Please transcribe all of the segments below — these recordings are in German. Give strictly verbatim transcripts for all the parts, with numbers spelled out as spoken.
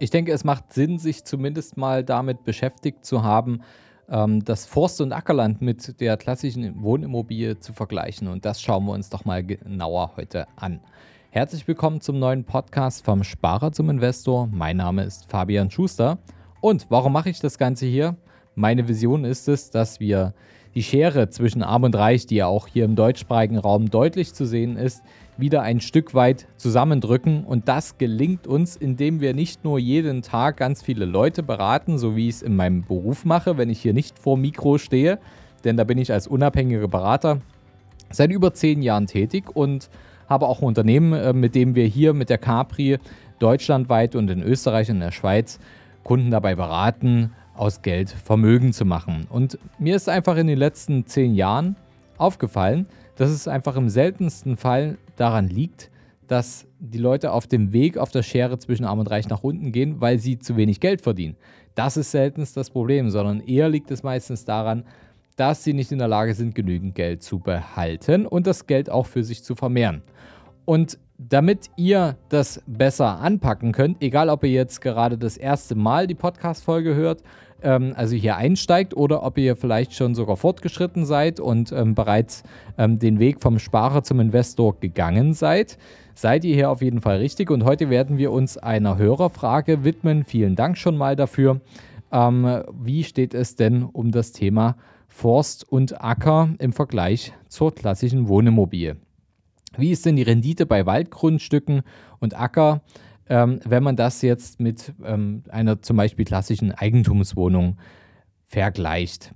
Ich denke, es macht Sinn, sich zumindest mal damit beschäftigt zu haben, ähm, das Forst- und Ackerland mit der klassischen Wohnimmobilie zu vergleichen. Und das schauen wir uns doch mal genauer heute an. Herzlich willkommen zum neuen Podcast vom Sparer zum Investor. Mein Name ist Fabian Schuster. Und warum mache ich das Ganze hier? Meine Vision ist es, dass wir die Schere zwischen Arm und Reich, die ja auch hier im deutschsprachigen Raum deutlich zu sehen ist, wieder ein Stück weit zusammendrücken. Und das gelingt uns, indem wir nicht nur jeden Tag ganz viele Leute beraten, so wie ich es in meinem Beruf mache, wenn ich hier nicht vor Mikro stehe, denn da bin ich als unabhängiger Berater seit über zehn Jahren tätig und habe auch ein Unternehmen, mit dem wir hier mit der Capri deutschlandweit und in Österreich und in der Schweiz Kunden dabei beraten, aus Geld Vermögen zu machen. Und mir ist einfach in den letzten zehn Jahren aufgefallen, dass es einfach im seltensten Fall daran liegt, dass die Leute auf dem Weg auf der Schere zwischen Arm und Reich nach unten gehen, weil sie zu wenig Geld verdienen. Das ist seltenst das Problem, sondern eher liegt es meistens daran, dass sie nicht in der Lage sind, genügend Geld zu behalten und das Geld auch für sich zu vermehren. Und damit ihr das besser anpacken könnt, egal ob ihr jetzt gerade das erste Mal die Podcast-Folge hört, ähm, also hier einsteigt, oder ob ihr vielleicht schon sogar fortgeschritten seid und ähm, bereits ähm, den Weg vom Sparer zum Investor gegangen seid, seid ihr hier auf jeden Fall richtig. Und heute werden wir uns einer Hörerfrage widmen. Vielen Dank schon mal dafür. Ähm, wie steht es denn um das Thema Forst und Acker im Vergleich zur klassischen Wohnimmobilie? Wie ist denn die Rendite bei Waldgrundstücken und Acker, ähm, wenn man das jetzt mit ähm, einer zum Beispiel klassischen Eigentumswohnung vergleicht?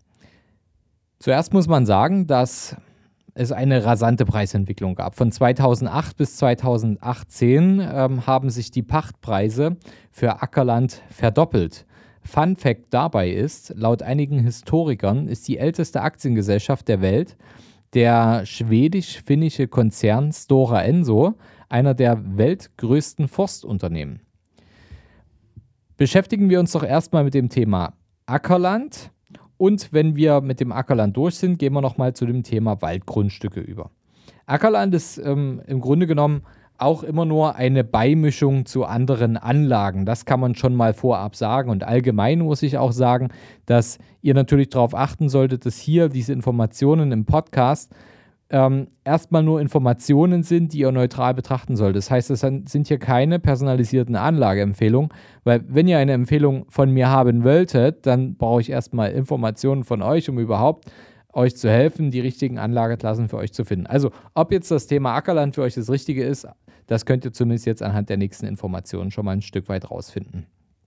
Zuerst muss man sagen, dass es eine rasante Preisentwicklung gab. Von zweitausendacht bis zweitausendachtzehn ähm, haben sich die Pachtpreise für Ackerland verdoppelt. Fun Fact dabei ist, laut einigen Historikern ist die älteste Aktiengesellschaft der Welt der schwedisch-finnische Konzern Stora Enso, einer der weltgrößten Forstunternehmen. Beschäftigen wir uns doch erstmal mit dem Thema Ackerland, und wenn wir mit dem Ackerland durch sind, gehen wir nochmal zu dem Thema Waldgrundstücke über. Ackerland ist ähm, im Grunde genommen auch immer nur eine Beimischung zu anderen Anlagen. Das kann man schon mal vorab sagen. Und allgemein muss ich auch sagen, dass ihr natürlich darauf achten solltet, dass hier diese Informationen im Podcast ähm, erstmal nur Informationen sind, die ihr neutral betrachten solltet. Das heißt, es sind hier keine personalisierten Anlageempfehlungen, weil wenn ihr eine Empfehlung von mir haben wolltet, dann brauche ich erstmal Informationen von euch, um überhaupt euch zu helfen, die richtigen Anlageklassen für euch zu finden. Also, ob jetzt das Thema Ackerland für euch das Richtige ist, das könnt ihr zumindest jetzt anhand der nächsten Informationen schon mal ein Stück weit rausfinden.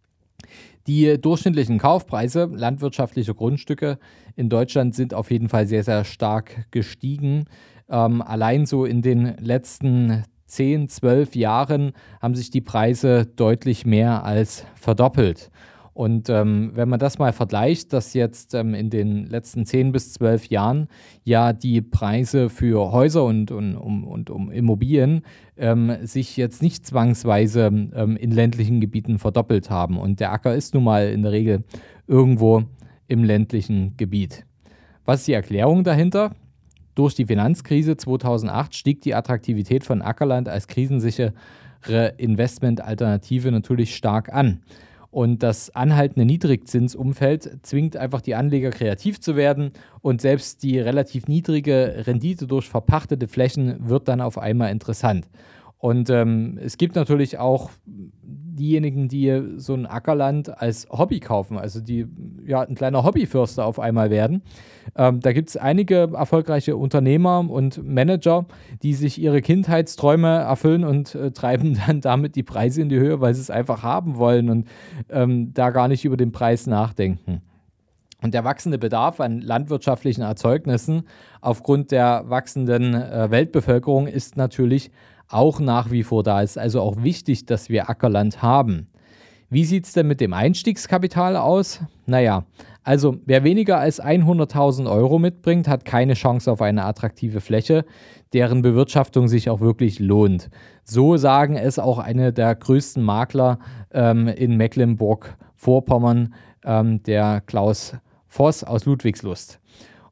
Die durchschnittlichen Kaufpreise landwirtschaftlicher Grundstücke in Deutschland sind auf jeden Fall sehr, sehr stark gestiegen. Ähm, allein so in den letzten zehn, zwölf Jahren haben sich die Preise deutlich mehr als verdoppelt. Und ähm, wenn man das mal vergleicht, dass jetzt ähm, in den letzten zehn bis zwölf Jahren ja die Preise für Häuser und, und, um, und um Immobilien ähm, sich jetzt nicht zwangsweise ähm, in ländlichen Gebieten verdoppelt haben. Und der Acker ist nun mal in der Regel irgendwo im ländlichen Gebiet. Was ist die Erklärung dahinter? Durch die Finanzkrise zweitausendacht stieg die Attraktivität von Ackerland als krisensichere Investmentalternative natürlich stark an. Und das anhaltende Niedrigzinsumfeld zwingt einfach die Anleger, kreativ zu werden, und selbst die relativ niedrige Rendite durch verpachtete Flächen wird dann auf einmal interessant. Und ähm, es gibt natürlich auch diejenigen, die so ein Ackerland als Hobby kaufen, also die ja ein kleiner Hobbyförster auf einmal werden. Ähm, da gibt es einige erfolgreiche Unternehmer und Manager, die sich ihre Kindheitsträume erfüllen und äh, treiben dann damit die Preise in die Höhe, weil sie es einfach haben wollen und ähm, da gar nicht über den Preis nachdenken. Und der wachsende Bedarf an landwirtschaftlichen Erzeugnissen aufgrund der wachsenden äh, Weltbevölkerung ist natürlich auch nach wie vor da. Es ist also auch wichtig, dass wir Ackerland haben. Wie sieht es denn mit dem Einstiegskapital aus? Naja, also wer weniger als hunderttausend Euro mitbringt, hat keine Chance auf eine attraktive Fläche, deren Bewirtschaftung sich auch wirklich lohnt. So sagen es auch eine der größten Makler ähm, in Mecklenburg-Vorpommern, ähm, der Klaus Voss aus Ludwigslust.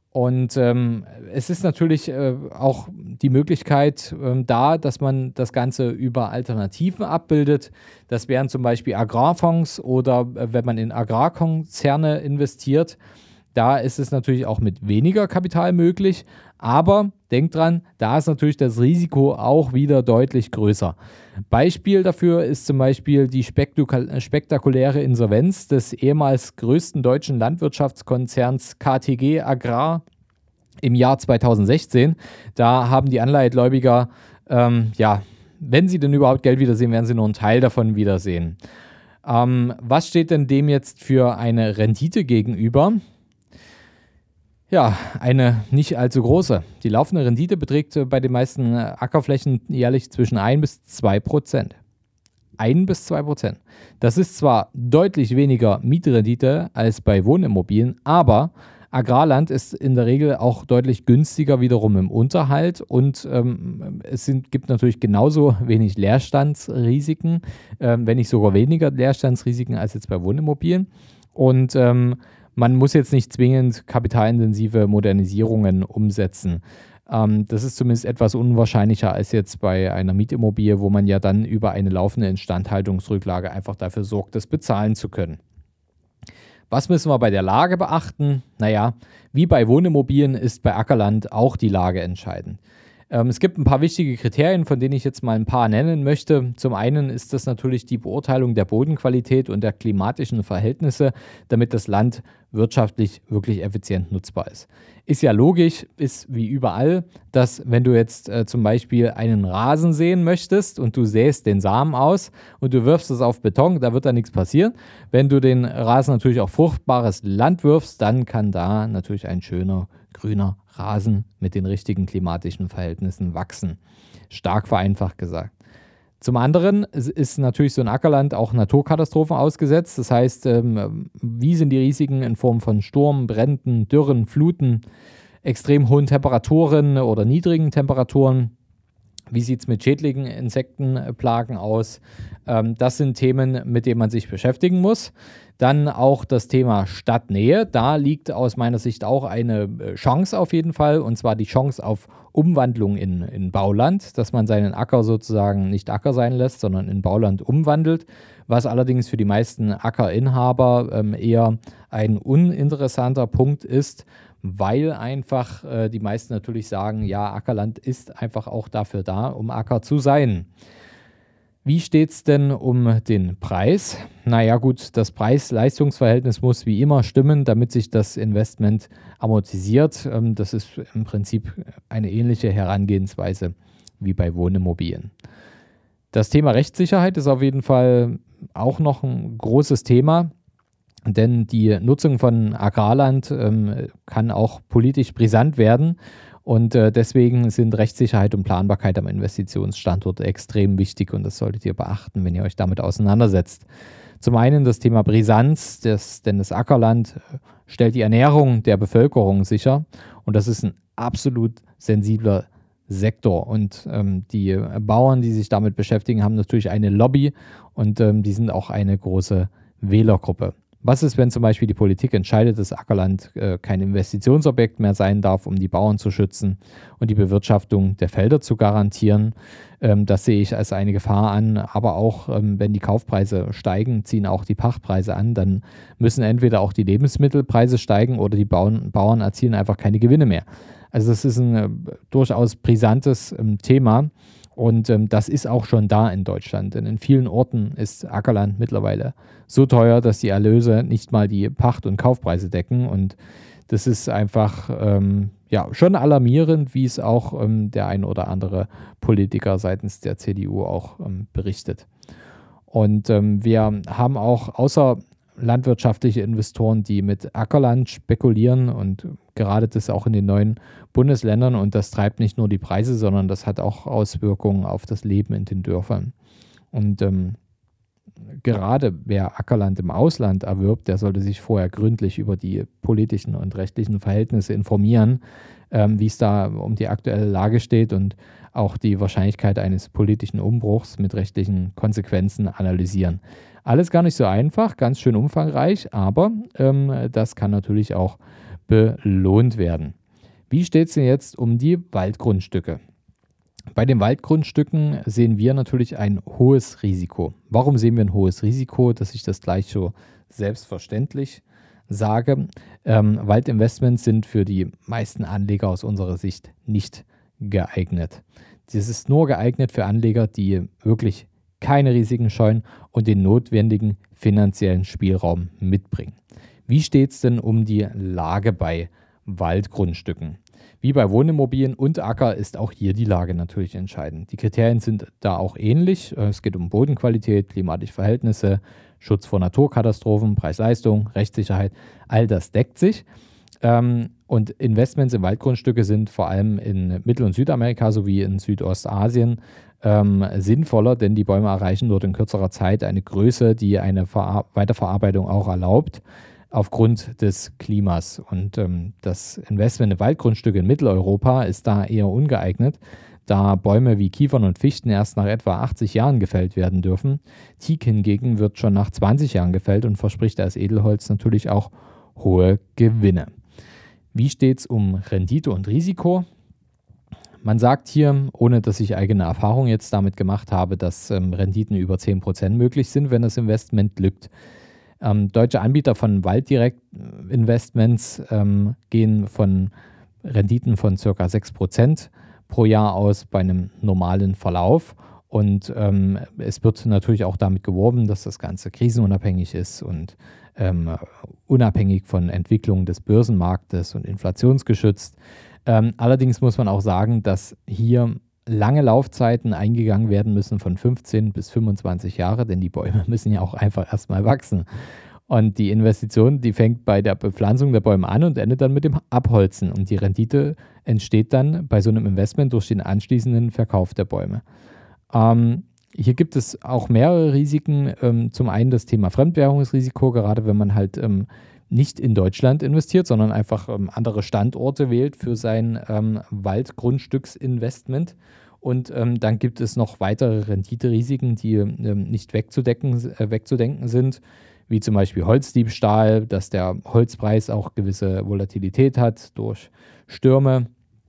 Und ähm, es ist natürlich äh, auch die Möglichkeit ähm, da, dass man das Ganze über Alternativen abbildet. Das wären zum Beispiel Agrarfonds oder äh, wenn man in Agrarkonzerne investiert. Da ist es natürlich auch mit weniger Kapital möglich, aber denkt dran, da ist natürlich das Risiko auch wieder deutlich größer. Beispiel dafür ist zum Beispiel die spektakul- spektakuläre Insolvenz des ehemals größten deutschen Landwirtschaftskonzerns K T G Agrar im Jahr zweitausendsechzehn. Da haben die Anleihegläubiger, ähm, ja, wenn sie denn überhaupt Geld wiedersehen, werden sie nur einen Teil davon wiedersehen. Ähm, was steht denn dem jetzt für eine Rendite gegenüber? Ja, eine nicht allzu große. Die laufende Rendite beträgt äh, bei den meisten äh, Ackerflächen jährlich zwischen ein bis zwei Prozent. ein bis zwei Prozent. Das ist zwar deutlich weniger Mietrendite als bei Wohnimmobilien, aber Agrarland ist in der Regel auch deutlich günstiger wiederum im Unterhalt und ähm, es sind, gibt natürlich genauso wenig Leerstandsrisiken, ähm, wenn nicht sogar weniger Leerstandsrisiken als jetzt bei Wohnimmobilien. Und ähm, man muss jetzt nicht zwingend kapitalintensive Modernisierungen umsetzen. Ähm, das ist zumindest etwas unwahrscheinlicher als jetzt bei einer Mietimmobilie, wo man ja dann über eine laufende Instandhaltungsrücklage einfach dafür sorgt, das bezahlen zu können. Was müssen wir bei der Lage beachten? Naja, wie bei Wohnimmobilien ist bei Ackerland auch die Lage entscheidend. Ähm, es gibt ein paar wichtige Kriterien, von denen ich jetzt mal ein paar nennen möchte. Zum einen ist das natürlich die Beurteilung der Bodenqualität und der klimatischen Verhältnisse, damit das Land wirtschaftlich wirklich effizient nutzbar ist. Ist ja logisch, ist wie überall, dass wenn du jetzt äh, zum Beispiel einen Rasen säen möchtest und du säst den Samen aus und du wirfst es auf Beton, da wird da nichts passieren. Wenn du den Rasen natürlich auf fruchtbares Land wirfst, dann kann da natürlich ein schöner grüner Rasen mit den richtigen klimatischen Verhältnissen wachsen. Stark vereinfacht gesagt. Zum anderen ist natürlich so ein Ackerland auch Naturkatastrophen ausgesetzt. Das heißt, ähm, wie sind die Risiken in Form von Sturm, Bränden, Dürren, Fluten, extrem hohen Temperaturen oder niedrigen Temperaturen? Wie sieht es mit Schädlingen, Insektenplagen aus? Ähm, das sind Themen, mit denen man sich beschäftigen muss. Dann auch das Thema Stadtnähe. Da liegt aus meiner Sicht auch eine Chance auf jeden Fall, und zwar die Chance auf Umwandlung in, in Bauland, dass man seinen Acker sozusagen nicht Acker sein lässt, sondern in Bauland umwandelt, was allerdings für die meisten Ackerinhaber ähm, eher ein uninteressanter Punkt ist, weil einfach äh, die meisten natürlich sagen, ja, Ackerland ist einfach auch dafür da, um Acker zu sein. Wie steht es denn um den Preis? Naja gut, das Preis-Leistungs-Verhältnis muss wie immer stimmen, damit sich das Investment amortisiert. Ähm, das ist im Prinzip eine ähnliche Herangehensweise wie bei Wohnimmobilien. Das Thema Rechtssicherheit ist auf jeden Fall auch noch ein großes Thema. Denn die Nutzung von Agrarland ähm, kann auch politisch brisant werden und äh, deswegen sind Rechtssicherheit und Planbarkeit am Investitionsstandort extrem wichtig und das solltet ihr beachten, wenn ihr euch damit auseinandersetzt. Zum einen das Thema Brisanz, das, denn das Ackerland stellt die Ernährung der Bevölkerung sicher und das ist ein absolut sensibler Sektor und ähm, die Bauern, die sich damit beschäftigen, haben natürlich eine Lobby und ähm, die sind auch eine große Wählergruppe. Was ist, wenn zum Beispiel die Politik entscheidet, dass Ackerland äh, kein Investitionsobjekt mehr sein darf, um die Bauern zu schützen und die Bewirtschaftung der Felder zu garantieren? Ähm, das sehe ich als eine Gefahr an. Aber auch, ähm, wenn die Kaufpreise steigen, ziehen auch die Pachtpreise an. Dann müssen entweder auch die Lebensmittelpreise steigen oder die Bauern, Bauern erzielen einfach keine Gewinne mehr. Also das ist ein äh, durchaus brisantes ähm, Thema. Und ähm, das ist auch schon da in Deutschland. Denn in vielen Orten ist Ackerland mittlerweile so teuer, dass die Erlöse nicht mal die Pacht- und Kaufpreise decken. Und das ist einfach ähm, ja, schon alarmierend, wie es auch ähm, der ein oder andere Politiker seitens der C D U auch ähm, berichtet. Und ähm, wir haben auch außer landwirtschaftliche Investoren, die mit Ackerland spekulieren und gerade das auch in den neuen Bundesländern und das treibt nicht nur die Preise, sondern das hat auch Auswirkungen auf das Leben in den Dörfern. Und ähm, gerade wer Ackerland im Ausland erwirbt, der sollte sich vorher gründlich über die politischen und rechtlichen Verhältnisse informieren, ähm, wie es da um die aktuelle Lage steht und auch die Wahrscheinlichkeit eines politischen Umbruchs mit rechtlichen Konsequenzen analysieren. Alles gar nicht so einfach, ganz schön umfangreich, aber ähm, das kann natürlich auch belohnt werden. Wie steht es denn jetzt um die Waldgrundstücke? Bei den Waldgrundstücken sehen wir natürlich ein hohes Risiko. Warum sehen wir ein hohes Risiko? Dass ich das gleich so selbstverständlich sage. Ähm, Waldinvestments sind für die meisten Anleger aus unserer Sicht nicht geeignet. Das ist nur geeignet für Anleger, die wirklich keine Risiken scheuen und den notwendigen finanziellen Spielraum mitbringen. Wie steht es denn um die Lage bei Waldgrundstücken? Wie bei Wohnimmobilien und Acker ist auch hier die Lage natürlich entscheidend. Die Kriterien sind da auch ähnlich. Es geht um Bodenqualität, klimatische Verhältnisse, Schutz vor Naturkatastrophen, Preis-Leistung, Rechtssicherheit. All das deckt sich. Und Investments in Waldgrundstücke sind vor allem in Mittel- und Südamerika sowie in Südostasien ähm, sinnvoller, denn die Bäume erreichen dort in kürzerer Zeit eine Größe, die eine Ver- Weiterverarbeitung auch erlaubt, aufgrund des Klimas. Und ähm, das Investment in Waldgrundstücke in Mitteleuropa ist da eher ungeeignet, da Bäume wie Kiefern und Fichten erst nach etwa achtzig Jahren gefällt werden dürfen. Teak hingegen wird schon nach zwanzig Jahren gefällt und verspricht als Edelholz natürlich auch hohe Gewinne. Wie steht es um Rendite und Risiko? Man sagt hier, ohne dass ich eigene Erfahrung jetzt damit gemacht habe, dass ähm, Renditen über zehn Prozent möglich sind, wenn das Investment glückt. Ähm, deutsche Anbieter von Walddirekt-Investments ähm, gehen von Renditen von ca. sechs Prozent pro Jahr aus bei einem normalen Verlauf. Und ähm, es wird natürlich auch damit geworben, dass das Ganze krisenunabhängig ist und ähm, unabhängig von Entwicklungen des Börsenmarktes und inflationsgeschützt. Ähm, allerdings muss man auch sagen, dass hier lange Laufzeiten eingegangen werden müssen von fünfzehn bis fünfundzwanzig Jahre, denn die Bäume müssen ja auch einfach erstmal wachsen. Und die Investition, die fängt bei der Bepflanzung der Bäume an und endet dann mit dem Abholzen. Und die Rendite entsteht dann bei so einem Investment durch den anschließenden Verkauf der Bäume. Ähm, hier gibt es auch mehrere Risiken. Ähm, zum einen das Thema Fremdwährungsrisiko, gerade wenn man halt ähm, nicht in Deutschland investiert, sondern einfach ähm, andere Standorte wählt für sein ähm, Waldgrundstücksinvestment. Und ähm, dann gibt es noch weitere Renditerisiken, die ähm, nicht wegzudecken, äh, wegzudenken sind, wie zum Beispiel Holzdiebstahl, dass der Holzpreis auch gewisse Volatilität hat durch Stürme.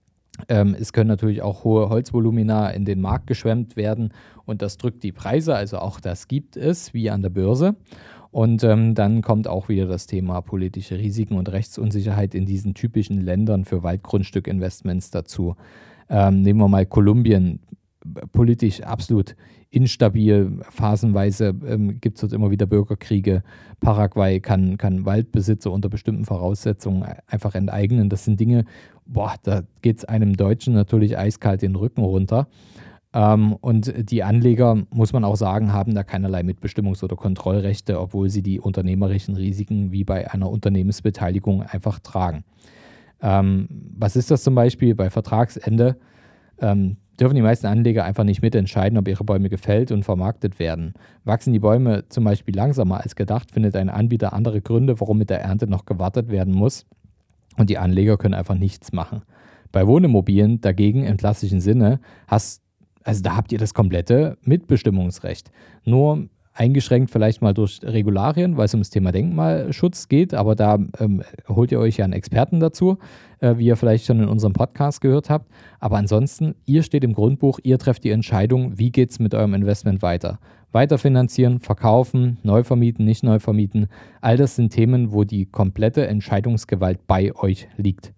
Ähm, es können natürlich auch hohe Holzvolumina in den Markt geschwemmt werden und das drückt die Preise, also auch das gibt es, wie an der Börse. Und ähm, dann kommt auch wieder das Thema politische Risiken und Rechtsunsicherheit in diesen typischen Ländern für Waldgrundstückinvestments dazu. Ähm, nehmen wir mal Kolumbien, politisch absolut instabil, phasenweise ähm, gibt es dort immer wieder Bürgerkriege. Paraguay kann, kann Waldbesitzer unter bestimmten Voraussetzungen einfach enteignen. Das sind Dinge, boah, da geht es einem Deutschen natürlich eiskalt den Rücken runter. Ähm, und die Anleger, muss man auch sagen, haben da keinerlei Mitbestimmungs- oder Kontrollrechte, obwohl sie die unternehmerischen Risiken wie bei einer Unternehmensbeteiligung einfach tragen. Ähm, was ist das zum Beispiel? Bei Vertragsende ähm, dürfen die meisten Anleger einfach nicht mitentscheiden, ob ihre Bäume gefällt und vermarktet werden. Wachsen die Bäume zum Beispiel langsamer als gedacht, findet ein Anbieter andere Gründe, warum mit der Ernte noch gewartet werden muss. Und die Anleger können einfach nichts machen. Bei Wohnimmobilien dagegen im klassischen Sinne hast Also da habt ihr das komplette Mitbestimmungsrecht. Nur eingeschränkt vielleicht mal durch Regularien, weil es um das Thema Denkmalschutz geht, aber da ähm, holt ihr euch ja einen Experten dazu, äh, wie ihr vielleicht schon in unserem Podcast gehört habt. Aber ansonsten, ihr steht im Grundbuch, ihr trefft die Entscheidung, wie geht es mit eurem Investment weiter. Weiterfinanzieren, verkaufen, neu vermieten, nicht neu vermieten. All das sind Themen, wo die komplette Entscheidungsgewalt bei euch liegt.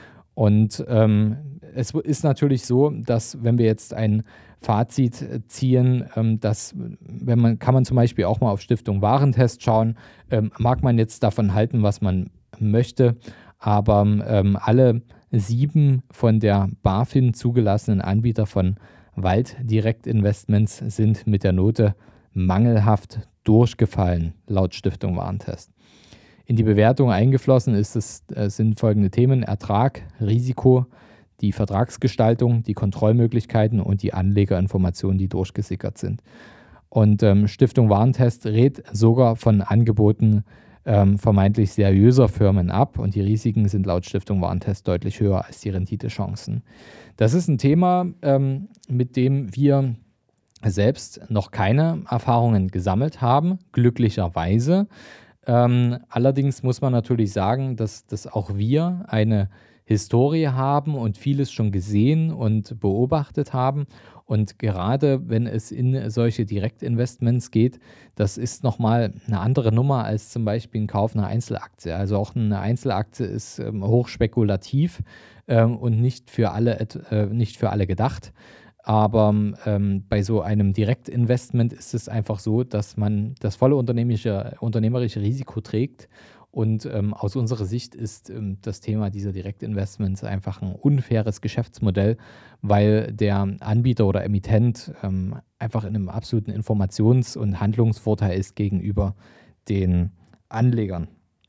Und ähm, es ist natürlich so, dass wenn wir jetzt ein Fazit ziehen, ähm, dass wenn man, kann man zum Beispiel auch mal auf Stiftung Warentest schauen, ähm, mag man jetzt davon halten, was man möchte, aber ähm, alle sieben von der BaFin zugelassenen Anbieter von Walddirektinvestments sind mit der Note mangelhaft durchgefallen, laut Stiftung Warentest. In die Bewertung eingeflossen ist es, äh, sind folgende Themen: Ertrag, Risiko, die Vertragsgestaltung, die Kontrollmöglichkeiten und die Anlegerinformationen, die durchgesickert sind. Und ähm, Stiftung Warentest rät sogar von Angeboten ähm, vermeintlich seriöser Firmen ab und die Risiken sind laut Stiftung Warentest deutlich höher als die Renditechancen. Das ist ein Thema, ähm, mit dem wir selbst noch keine Erfahrungen gesammelt haben, glücklicherweise. Ähm, allerdings muss man natürlich sagen, dass, dass auch wir eine Historie haben und vieles schon gesehen und beobachtet haben. Und gerade wenn es in solche Direktinvestments geht, das ist nochmal eine andere Nummer als zum Beispiel ein Kauf einer Einzelaktie. Also auch eine Einzelaktie ist ähm, hochspekulativ ähm, und nicht für alle, et- äh, nicht für alle gedacht. Aber ähm, bei so einem Direktinvestment ist es einfach so, dass man das volle unternehmerische, unternehmerische Risiko trägt. Und ähm, aus unserer Sicht ist ähm, das Thema dieser Direktinvestments einfach ein unfaires Geschäftsmodell, weil der Anbieter oder Emittent ähm, einfach in einem absoluten Informations- und Handlungsvorteil ist gegenüber den Anlegern.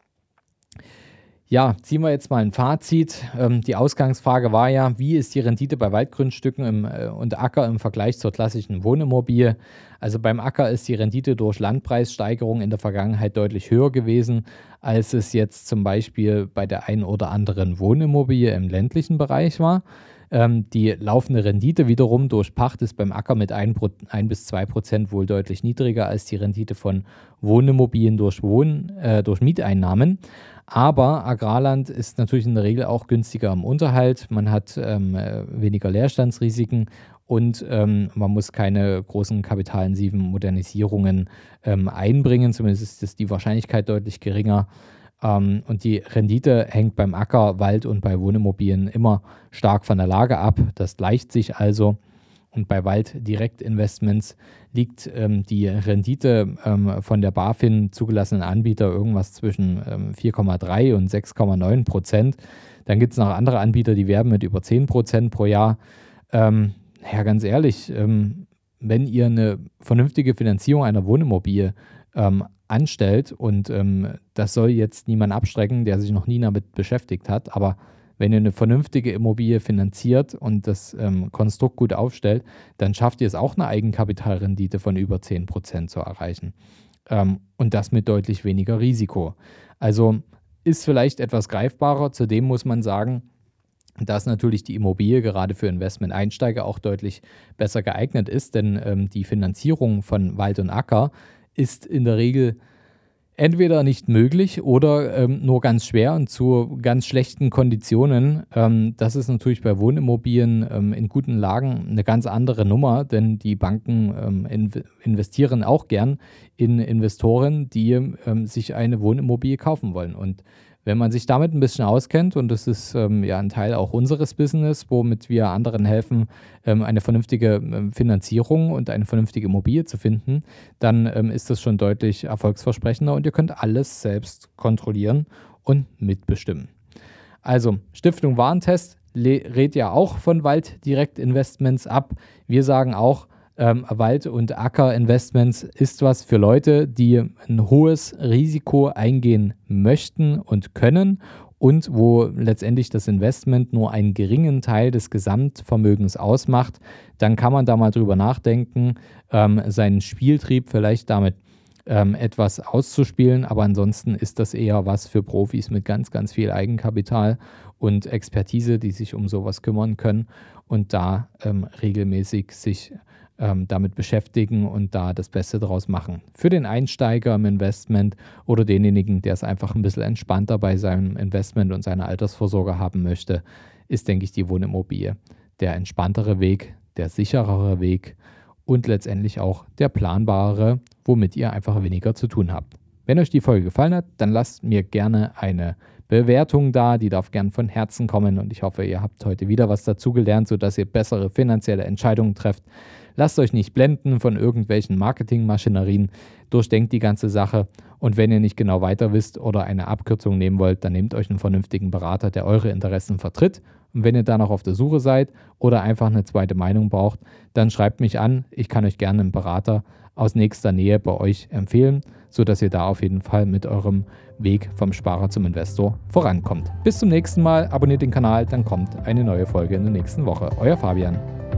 Ja, ziehen wir jetzt mal ein Fazit. Ähm, die Ausgangsfrage war ja, wie ist die Rendite bei Waldgrundstücken im, äh, und Acker im Vergleich zur klassischen Wohnimmobilie? Also beim Acker ist die Rendite durch Landpreissteigerung in der Vergangenheit deutlich höher gewesen, als es jetzt zum Beispiel bei der einen oder anderen Wohnimmobilie im ländlichen Bereich war. Ähm, die laufende Rendite wiederum durch Pacht ist beim Acker mit ein bis zwei Prozent wohl deutlich niedriger als die Rendite von Wohnimmobilien durch, Wohn, äh, durch Mieteinnahmen. Aber Agrarland ist natürlich in der Regel auch günstiger im Unterhalt. Man hat ähm, äh, weniger Leerstandsrisiken und ähm, man muss keine großen kapitalintensiven Modernisierungen ähm, einbringen. Zumindest ist das die Wahrscheinlichkeit deutlich geringer. Ähm, und die Rendite hängt beim Acker, Wald und bei Wohnimmobilien immer stark von der Lage ab. Das gleicht sich also. Und bei Walddirektinvestments liegt ähm, die Rendite ähm, von der BaFin zugelassenen Anbieter irgendwas zwischen ähm, vier Komma drei und sechs Komma neun Prozent. Dann gibt es noch andere Anbieter, die werben mit über zehn Prozent pro Jahr. Ähm, ja, ganz ehrlich, ähm, wenn ihr eine vernünftige Finanzierung einer Wohnimmobilie ähm, anstellt und ähm, das soll jetzt niemand abschrecken, der sich noch nie damit beschäftigt hat, aber wenn ihr eine vernünftige Immobilie finanziert und das ähm, Konstrukt gut aufstellt, dann schafft ihr es auch, eine Eigenkapitalrendite von über zehn Prozent zu erreichen. Ähm, und das mit deutlich weniger Risiko. Also ist vielleicht etwas greifbarer. Zudem muss man sagen, dass natürlich die Immobilie gerade für Investment-Einsteiger auch deutlich besser geeignet ist, denn ähm, die Finanzierung von Wald und Acker ist in der Regel entweder nicht möglich oder ähm, nur ganz schwer und zu ganz schlechten Konditionen. Ähm, das ist natürlich bei Wohnimmobilien ähm, in guten Lagen eine ganz andere Nummer, denn die Banken ähm, in, investieren auch gern in Investoren, die ähm, sich eine Wohnimmobilie kaufen wollen. Und wenn man sich damit ein bisschen auskennt, und das ist ähm, ja ein Teil auch unseres Business, womit wir anderen helfen, ähm, eine vernünftige ähm, Finanzierung und eine vernünftige Immobilie zu finden, dann ähm, ist das schon deutlich erfolgsversprechender und ihr könnt alles selbst kontrollieren und mitbestimmen. Also, Stiftung Warentest rät ja auch von Walddirektinvestments ab. Wir sagen auch, ähm, Wald- und Ackerinvestments ist was für Leute, die ein hohes Risiko eingehen möchten und können und wo letztendlich das Investment nur einen geringen Teil des Gesamtvermögens ausmacht. Dann kann man da mal drüber nachdenken, ähm, seinen Spieltrieb vielleicht damit ähm, etwas auszuspielen, aber ansonsten ist das eher was für Profis mit ganz, ganz viel Eigenkapital und Expertise, die sich um sowas kümmern können und da ähm, regelmäßig sich ähm, damit beschäftigen und da das Beste draus machen. Für den Einsteiger im Investment oder denjenigen, der es einfach ein bisschen entspannter bei seinem Investment und seiner Altersvorsorge haben möchte, ist, denke ich, die Wohnimmobilie der entspanntere Weg, der sicherere Weg und letztendlich auch der planbarere, womit ihr einfach weniger zu tun habt. Wenn euch die Folge gefallen hat, dann lasst mir gerne eine Bewertung da, die darf gern von Herzen kommen und ich hoffe, ihr habt heute wieder was dazugelernt, sodass ihr bessere finanzielle Entscheidungen trefft. Lasst euch nicht blenden von irgendwelchen Marketingmaschinerien, durchdenkt die ganze Sache und wenn ihr nicht genau weiter wisst oder eine Abkürzung nehmen wollt, dann nehmt euch einen vernünftigen Berater, der eure Interessen vertritt. Und wenn ihr da noch auf der Suche seid oder einfach eine zweite Meinung braucht, dann schreibt mich an. Ich kann euch gerne einen Berater aus nächster Nähe bei euch empfehlen, sodass ihr da auf jeden Fall mit eurem Weg vom Sparer zum Investor vorankommt. Bis zum nächsten Mal, abonniert den Kanal, dann kommt eine neue Folge in der nächsten Woche. Euer Fabian.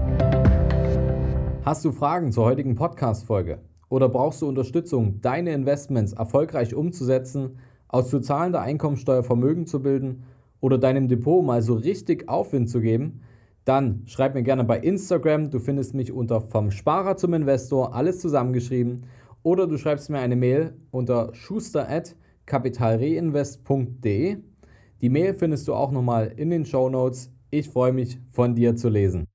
Hast du Fragen zur heutigen Podcast-Folge? Oder brauchst du Unterstützung, deine Investments erfolgreich umzusetzen, aus zu zahlender Einkommensteuer Vermögen zu bilden oder deinem Depot mal so richtig Aufwind zu geben? Dann schreib mir gerne bei Instagram, du findest mich unter vom Sparer zum Investor, alles zusammengeschrieben. Oder du schreibst mir eine Mail unter schuster at kapitalreinvest punkt de. Die Mail findest du auch nochmal in den Shownotes. Ich freue mich, von dir zu lesen.